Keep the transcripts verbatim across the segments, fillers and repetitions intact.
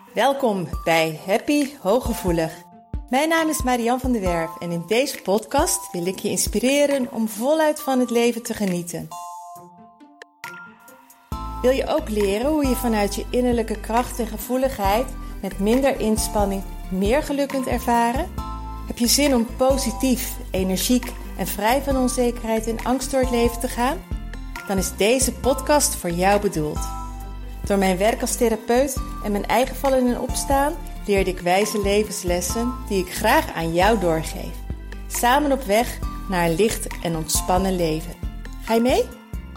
Welkom bij Happy Hooggevoelig. Mijn naam is Marianne van der Werf en in deze podcast wil ik je inspireren om voluit van het leven te genieten. Wil je ook leren hoe je vanuit je innerlijke kracht en gevoeligheid met minder inspanning meer geluk kunt ervaren? Heb je zin om positief, energiek en vrij van onzekerheid en angst door het leven te gaan? Dan is deze podcast voor jou bedoeld. Door mijn werk als therapeut en mijn eigen vallen en opstaan leerde ik wijze levenslessen die ik graag aan jou doorgeef. Samen op weg naar een licht en ontspannen leven. Ga je mee?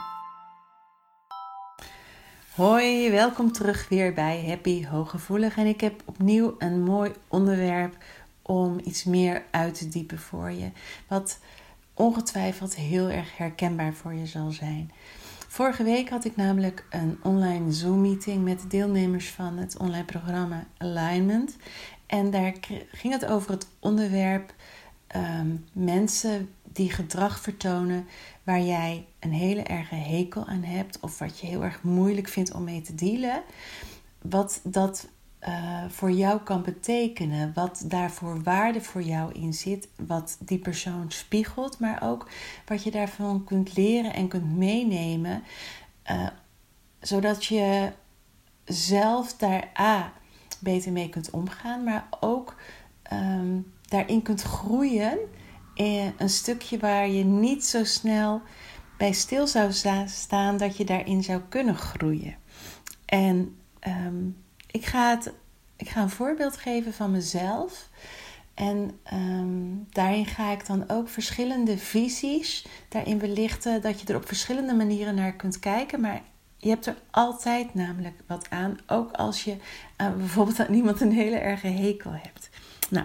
Hoi, welkom terug weer bij Happy Hooggevoelig. En ik heb opnieuw een mooi onderwerp om iets meer uit te diepen voor je. Wat ongetwijfeld heel erg herkenbaar voor je zal zijn. Vorige week had ik namelijk een online Zoom-meeting met de deelnemers van het online programma Alignment. En daar ging het over het onderwerp um, mensen die gedrag vertonen waar jij een hele erge hekel aan hebt of wat je heel erg moeilijk vindt om mee te dealen. Wat dat uh, voor jou kan betekenen, wat daar voor waarde voor jou in zit, wat die persoon spiegelt, maar ook wat je daarvan kunt leren en kunt meenemen, uh, zodat je zelf daar a, beter mee kunt omgaan, maar ook um, daarin kunt groeien in een stukje waar je niet zo snel bij stil zou staan dat je daarin zou kunnen groeien. En um, Ik ga, het, ik ga een voorbeeld geven van mezelf. En um, daarin ga ik dan ook verschillende visies daarin belichten. Dat je er op verschillende manieren naar kunt kijken. Maar je hebt er altijd namelijk wat aan. Ook als je uh, bijvoorbeeld aan iemand een hele erge hekel hebt. Nou,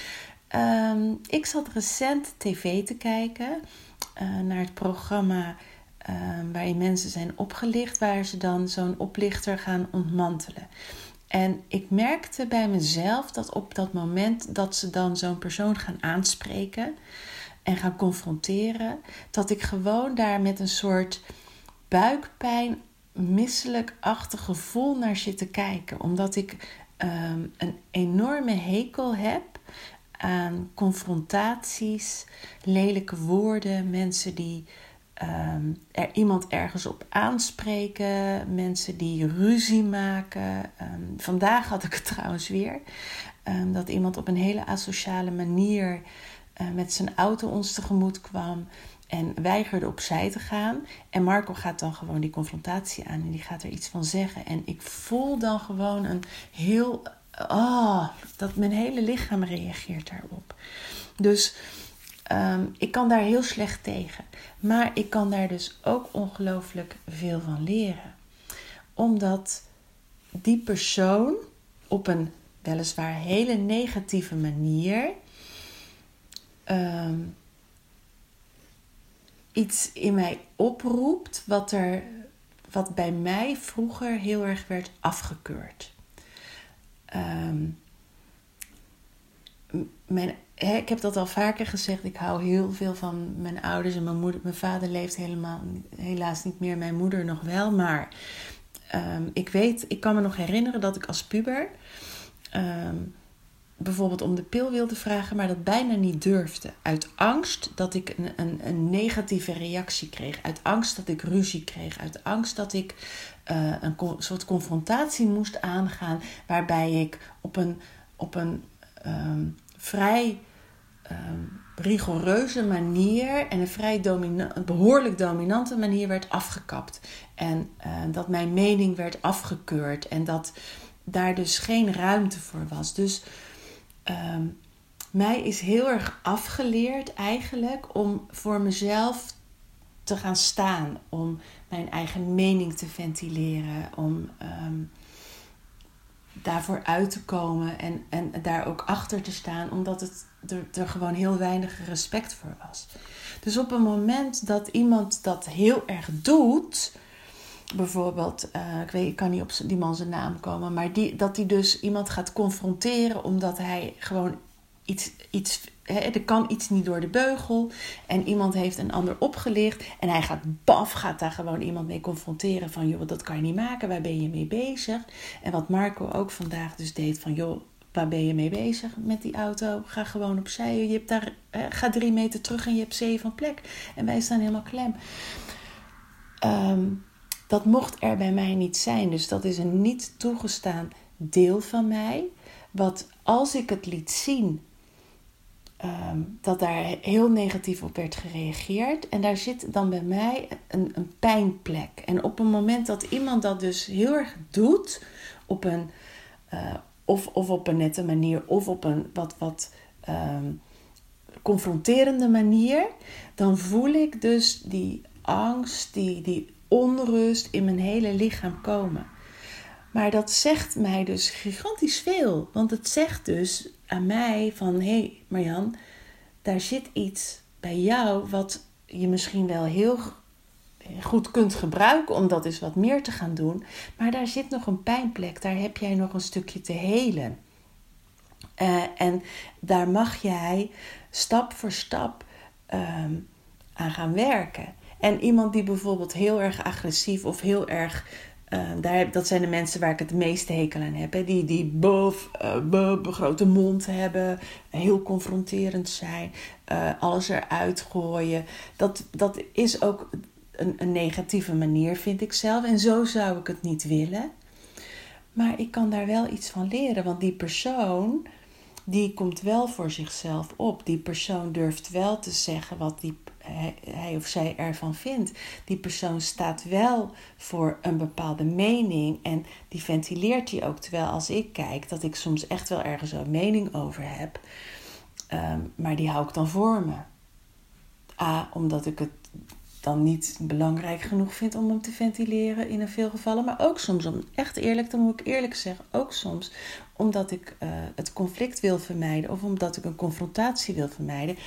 um, ik zat recent tv te kijken. Uh, naar het programma uh, waarin mensen zijn opgelicht. Waar ze dan zo'n oplichter gaan ontmantelen. En ik merkte bij mezelf dat op dat moment dat ze dan zo'n persoon gaan aanspreken en gaan confronteren, dat ik gewoon daar met een soort buikpijn, misselijkachtig gevoel naar zit te kijken. Omdat ik um, een enorme hekel heb aan confrontaties, lelijke woorden, mensen die Um, er iemand ergens op aanspreken, mensen die ruzie maken. Um, vandaag had ik het trouwens weer. Um, dat iemand op een hele asociale manier uh, met zijn auto ons tegemoet kwam en weigerde opzij te gaan. En Marco gaat dan gewoon die confrontatie aan en die gaat er iets van zeggen. En ik voel dan gewoon een heel... Oh, dat mijn hele lichaam reageert daarop. Dus... Um, ik kan daar heel slecht tegen. Maar ik kan daar dus ook ongelooflijk veel van leren. Omdat die persoon op een weliswaar hele negatieve manier um, iets in mij oproept wat, er, wat bij mij vroeger heel erg werd afgekeurd. Um, mijn Ik heb dat al vaker gezegd. Ik hou heel veel van mijn ouders en mijn moeder. Mijn vader leeft helemaal, helaas niet meer. Mijn moeder nog wel. Maar um, ik weet, ik kan me nog herinneren dat ik als puber um, bijvoorbeeld om de pil wilde vragen, maar dat bijna niet durfde. Uit angst dat ik een, een, een negatieve reactie kreeg. Uit angst dat ik ruzie kreeg. Uit angst dat ik uh, een co- soort confrontatie moest aangaan, waarbij ik op een, op een um, vrij um, rigoureuze manier en een vrij domina- een behoorlijk dominante manier werd afgekapt. En uh, dat mijn mening werd afgekeurd en dat daar dus geen ruimte voor was. Dus um, mij is heel erg afgeleerd eigenlijk om voor mezelf te gaan staan. Om mijn eigen mening te ventileren. Om um, daarvoor uit te komen en, en daar ook achter te staan. Omdat het er, er gewoon heel weinig respect voor was. Dus op een moment dat iemand dat heel erg doet, bijvoorbeeld, uh, ik weet, ik kan niet op die man zijn naam komen, maar die, dat hij dus iemand gaat confronteren omdat hij gewoon iets, iets hè, er kan iets niet door de beugel. En iemand heeft een ander opgelicht. En hij gaat baf, gaat daar gewoon iemand mee confronteren. Van joh, dat kan je niet maken. Waar ben je mee bezig? En wat Marco ook vandaag dus deed. Van joh, waar ben je mee bezig met die auto? Ga gewoon opzij. Je hebt daar, eh, ga drie meter terug en je hebt zeven plek. En wij staan helemaal klem. Um, dat mocht er bij mij niet zijn. Dus dat is een niet toegestaan deel van mij. Wat als ik het liet zien, um, dat daar heel negatief op werd gereageerd. En daar zit dan bij mij een, een pijnplek. En op een moment dat iemand dat dus heel erg doet, op een, uh, of, of op een nette manier, of op een wat, wat um, confronterende manier, dan voel ik dus die angst, die, die onrust in mijn hele lichaam komen. Maar dat zegt mij dus gigantisch veel. Want het zegt dus aan mij van, hé hey Marjan, daar zit iets bij jou wat je misschien wel heel goed kunt gebruiken om dat eens wat meer te gaan doen. Maar daar zit nog een pijnplek, daar heb jij nog een stukje te helen. Uh, en daar mag jij stap voor stap um, aan gaan werken. En iemand die bijvoorbeeld heel erg agressief of heel erg... Uh, daar, dat zijn de mensen waar ik het meeste hekel aan heb. Hè? Die, die bof, uh, bof, grote mond hebben. Heel confronterend zijn. Uh, alles eruit gooien. Dat, dat is ook een, een negatieve manier, vind ik zelf. En zo zou ik het niet willen. Maar ik kan daar wel iets van leren. Want die persoon, die komt wel voor zichzelf op. Die persoon durft wel te zeggen wat die, hij of zij ervan vindt. Die persoon staat wel voor een bepaalde mening. En die ventileert die ook. Terwijl als ik kijk, dat ik soms echt wel ergens een mening over heb. Um, maar die hou ik dan voor me. A, omdat ik het dan niet belangrijk genoeg vind om hem te ventileren in een veel gevallen. Maar ook soms, om echt eerlijk, dan moet ik eerlijk zeggen, ook soms omdat ik uh, het conflict wil vermijden. Of omdat ik een confrontatie wil vermijden.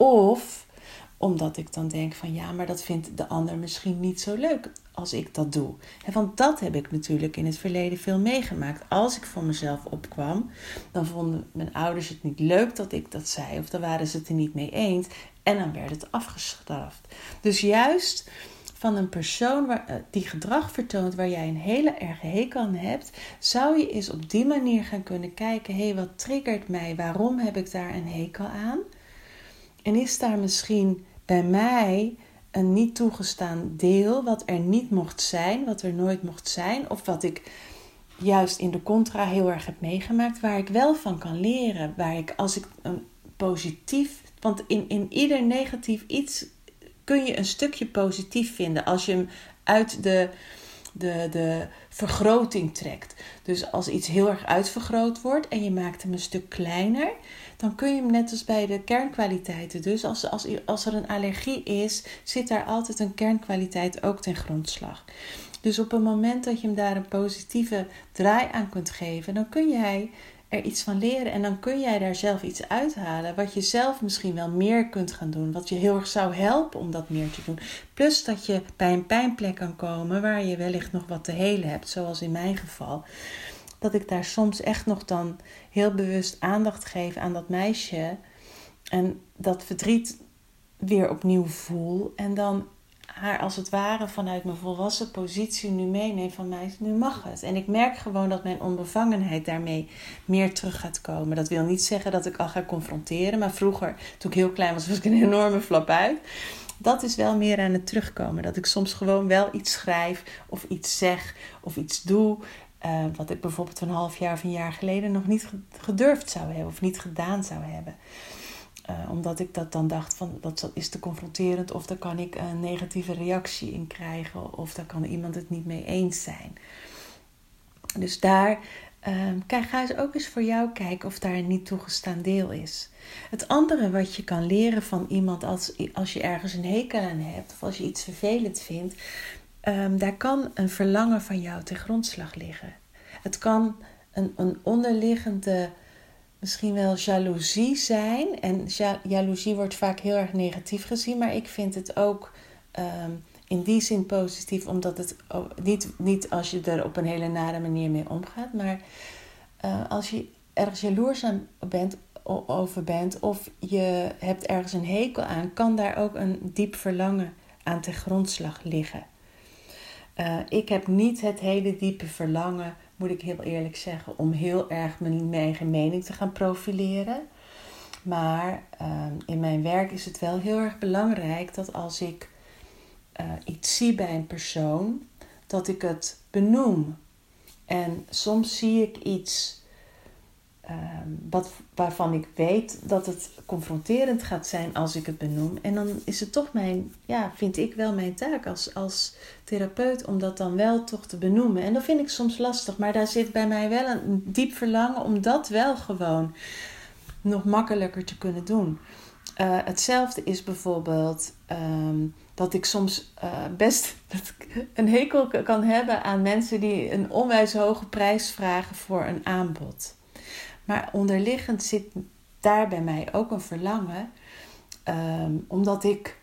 Of omdat ik dan denk van ja, maar dat vindt de ander misschien niet zo leuk als ik dat doe. En want dat heb ik natuurlijk in het verleden veel meegemaakt. Als ik voor mezelf opkwam, dan vonden mijn ouders het niet leuk dat ik dat zei. Of dan waren ze het er niet mee eens. En dan werd het afgestraft. Dus juist van een persoon waar, die gedrag vertoont waar jij een hele erg hekel aan hebt, zou je eens op die manier gaan kunnen kijken, hé, hey, wat triggert mij? Waarom heb ik daar een hekel aan? En is daar misschien bij mij een niet toegestaan deel wat er niet mocht zijn, wat er nooit mocht zijn, of wat ik juist in de contra heel erg heb meegemaakt, waar ik wel van kan leren, waar ik als ik een positief, want in, in ieder negatief iets kun je een stukje positief vinden als je hem uit de, de, de vergroting trekt. Dus als iets heel erg uitvergroot wordt en je maakt hem een stuk kleiner, dan kun je hem net als bij de kernkwaliteiten. Dus als, als, als er een allergie is, zit daar altijd een kernkwaliteit ook ten grondslag. Dus op het moment dat je hem daar een positieve draai aan kunt geven, dan kun jij er iets van leren en dan kun jij daar zelf iets uithalen wat je zelf misschien wel meer kunt gaan doen, wat je heel erg zou helpen om dat meer te doen. Plus dat je bij een pijnplek kan komen waar je wellicht nog wat te helen hebt, zoals in mijn geval. Dat ik daar soms echt nog dan heel bewust aandacht geef aan dat meisje en dat verdriet weer opnieuw voel en dan haar als het ware vanuit mijn volwassen positie nu meeneem van mij, nu mag het. En ik merk gewoon dat mijn onbevangenheid daarmee meer terug gaat komen. Dat wil niet zeggen dat ik al ga confronteren, maar vroeger, toen ik heel klein was, was ik een enorme flap uit. Dat is wel meer aan het terugkomen. Dat ik soms gewoon wel iets schrijf of iets zeg of iets doe, uh, wat ik bijvoorbeeld een half jaar of een jaar geleden nog niet gedurfd zou hebben of niet gedaan zou hebben. Uh, omdat ik dat dan dacht van dat is te confronterend of daar kan ik een negatieve reactie in krijgen of daar kan iemand het niet mee eens zijn. Dus daar uh, kijk, ga eens ook eens voor jou kijken of daar een niet toegestaan deel is. Het andere wat je kan leren van iemand als, als je ergens een hekel aan hebt of als je iets vervelend vindt, um, daar kan een verlangen van jou ten grondslag liggen. Het kan een, een onderliggende misschien wel jaloezie zijn. En ja, jaloezie wordt vaak heel erg negatief gezien. Maar ik vind het ook um, in die zin positief. Omdat het oh, niet, niet als je er op een hele nare manier mee omgaat. Maar uh, als je ergens jaloers aan bent over bent of je hebt ergens een hekel aan, kan daar ook een diep verlangen aan ten grondslag liggen. Uh, ik heb niet het hele diepe verlangen, moet ik heel eerlijk zeggen, om heel erg mijn eigen mening te gaan profileren. Maar uh, in mijn werk is het wel heel erg belangrijk dat als ik uh, iets zie bij een persoon, dat ik het benoem. En soms zie ik iets uh, wat, waarvan ik weet dat het confronterend gaat zijn als ik het benoem. En dan is het toch mijn, ja, vind ik wel mijn taak als, als therapeut om dat dan wel toch te benoemen. En dat vind ik soms lastig, maar daar zit bij mij wel een diep verlangen om dat wel gewoon nog makkelijker te kunnen doen. Uh, hetzelfde is bijvoorbeeld um, dat ik soms uh, best een hekel kan hebben aan mensen die een onwijs hoge prijs vragen voor een aanbod. Maar onderliggend zit daar bij mij ook een verlangen, um, omdat ik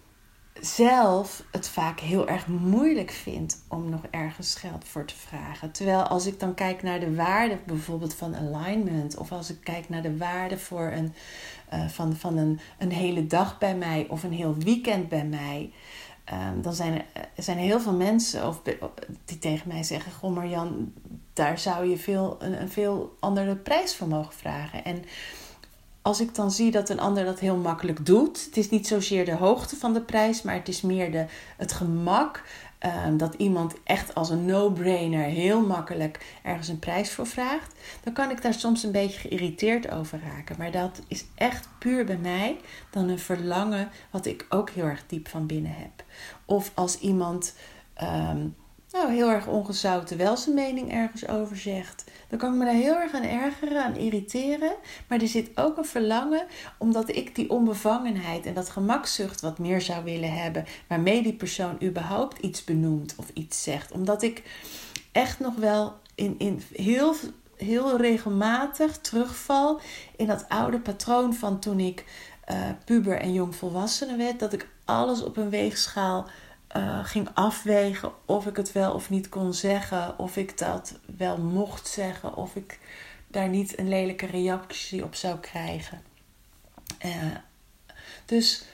zelf het vaak heel erg moeilijk vind om nog ergens geld voor te vragen. Terwijl als ik dan kijk naar de waarde bijvoorbeeld van alignment, of als ik kijk naar de waarde voor een, uh, van, van een, een hele dag bij mij of een heel weekend bij mij, um, dan zijn er, er zijn heel veel mensen of, die tegen mij zeggen: goh Marjan, daar zou je veel, een, een veel andere prijs voor mogen vragen. En als ik dan zie dat een ander dat heel makkelijk doet, het is niet zozeer de hoogte van de prijs, maar het is meer de, het gemak. Uh, dat iemand echt als een no-brainer heel makkelijk ergens een prijs voor vraagt, dan kan ik daar soms een beetje geïrriteerd over raken. Maar dat is echt puur bij mij dan een verlangen wat ik ook heel erg diep van binnen heb. Of als iemand Um, nou, heel erg ongezouten wel zijn mening ergens over zegt, dan kan ik me daar heel erg aan ergeren, aan irriteren. Maar er zit ook een verlangen, omdat ik die onbevangenheid en dat gemakzucht wat meer zou willen hebben, waarmee die persoon überhaupt iets benoemt of iets zegt. Omdat ik echt nog wel in, in heel, heel regelmatig terugval in dat oude patroon van toen ik uh, puber en jongvolwassene werd, dat ik alles op een weegschaal Uh, ging afwegen of ik het wel of niet kon zeggen, of ik dat wel mocht zeggen, of ik daar niet een lelijke reactie op zou krijgen. Uh, dus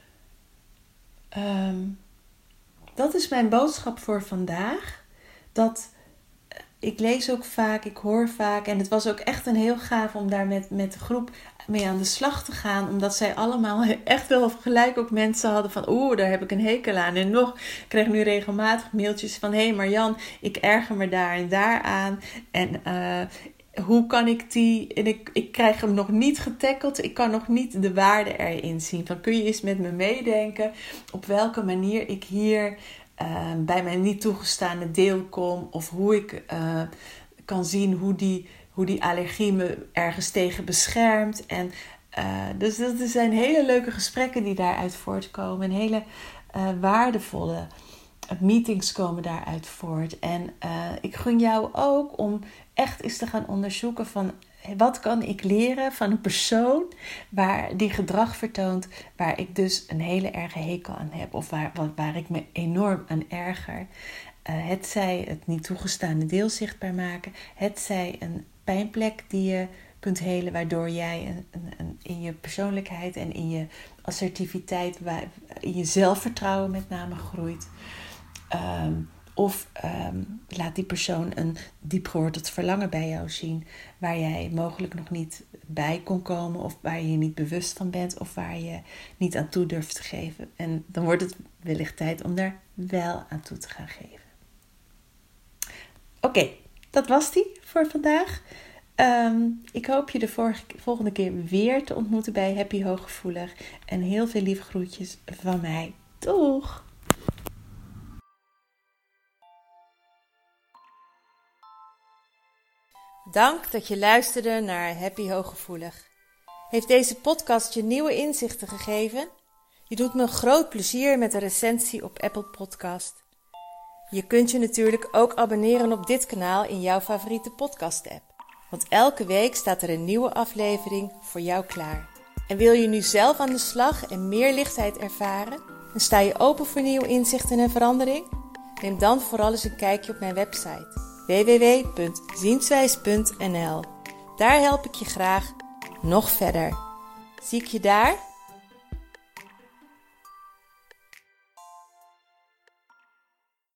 um, dat is mijn boodschap voor vandaag. Dat ik lees ook vaak, ik hoor vaak, en het was ook echt een heel gaaf om daar met, met de groep mee aan de slag te gaan, omdat zij allemaal echt wel gelijk ook mensen hadden van oeh, daar heb ik een hekel aan. En nog, ik kreeg nu regelmatig mailtjes van hé hey Marjan, ik erger me daar en daar aan. En uh, hoe kan ik die, en ik, ik krijg hem nog niet getackeld, ik kan nog niet de waarde erin zien. Van kun je eens met me meedenken op welke manier ik hier uh, bij mijn niet toegestane deel kom, of hoe ik uh, kan zien hoe die hoe die allergie me ergens tegen beschermt. En uh, dus dat zijn hele leuke gesprekken die daaruit voortkomen. En hele uh, waardevolle meetings komen daaruit voort. En uh, ik gun jou ook om echt eens te gaan onderzoeken van wat kan ik leren van een persoon waar die gedrag vertoont, waar ik dus een hele erge hekel aan heb. Of waar, waar ik me enorm aan erger. Uh, het zij het niet toegestaande deel zichtbaar maken. Het zij een pijnplek die je kunt helen, waardoor jij een, een, een, in je persoonlijkheid en in je assertiviteit, in je zelfvertrouwen met name groeit. Um, of um, laat die persoon een diep geworteld verlangen bij jou zien, waar jij mogelijk nog niet bij kon komen, of waar je je niet bewust van bent, of waar je niet aan toe durft te geven. En dan wordt het wellicht tijd om daar wel aan toe te gaan geven. Oké. Okay. Dat was die voor vandaag. Um, ik hoop je de vorige, volgende keer weer te ontmoeten bij Happy Hooggevoelig. En heel veel lieve groetjes van mij. Doeg! Dank dat je luisterde naar Happy Hooggevoelig. Heeft deze podcast je nieuwe inzichten gegeven? Je doet me een groot plezier met een recensie op Apple Podcast. Je kunt je natuurlijk ook abonneren op dit kanaal in jouw favoriete podcast-app. Want elke week staat er een nieuwe aflevering voor jou klaar. En wil je nu zelf aan de slag en meer lichtheid ervaren? En sta je open voor nieuwe inzichten en verandering? Neem dan vooral eens een kijkje op mijn website w w w punt zienswijs punt n l. Daar help ik je graag nog verder. Zie ik je daar?